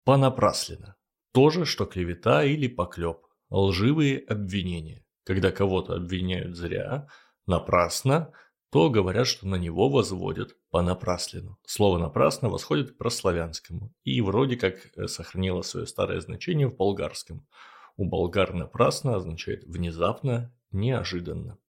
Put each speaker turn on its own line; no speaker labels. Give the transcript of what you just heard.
Понапрасленно. То же, что клевета или поклеп. Лживые обвинения. Когда кого-то обвиняют зря, напрасно, то говорят, что на него возводят понапраслину. Слово «напрасно» восходит к прославянскому и вроде как сохранило свое старое значение в болгарском. У болгар «напрасно» означает «внезапно», «неожиданно».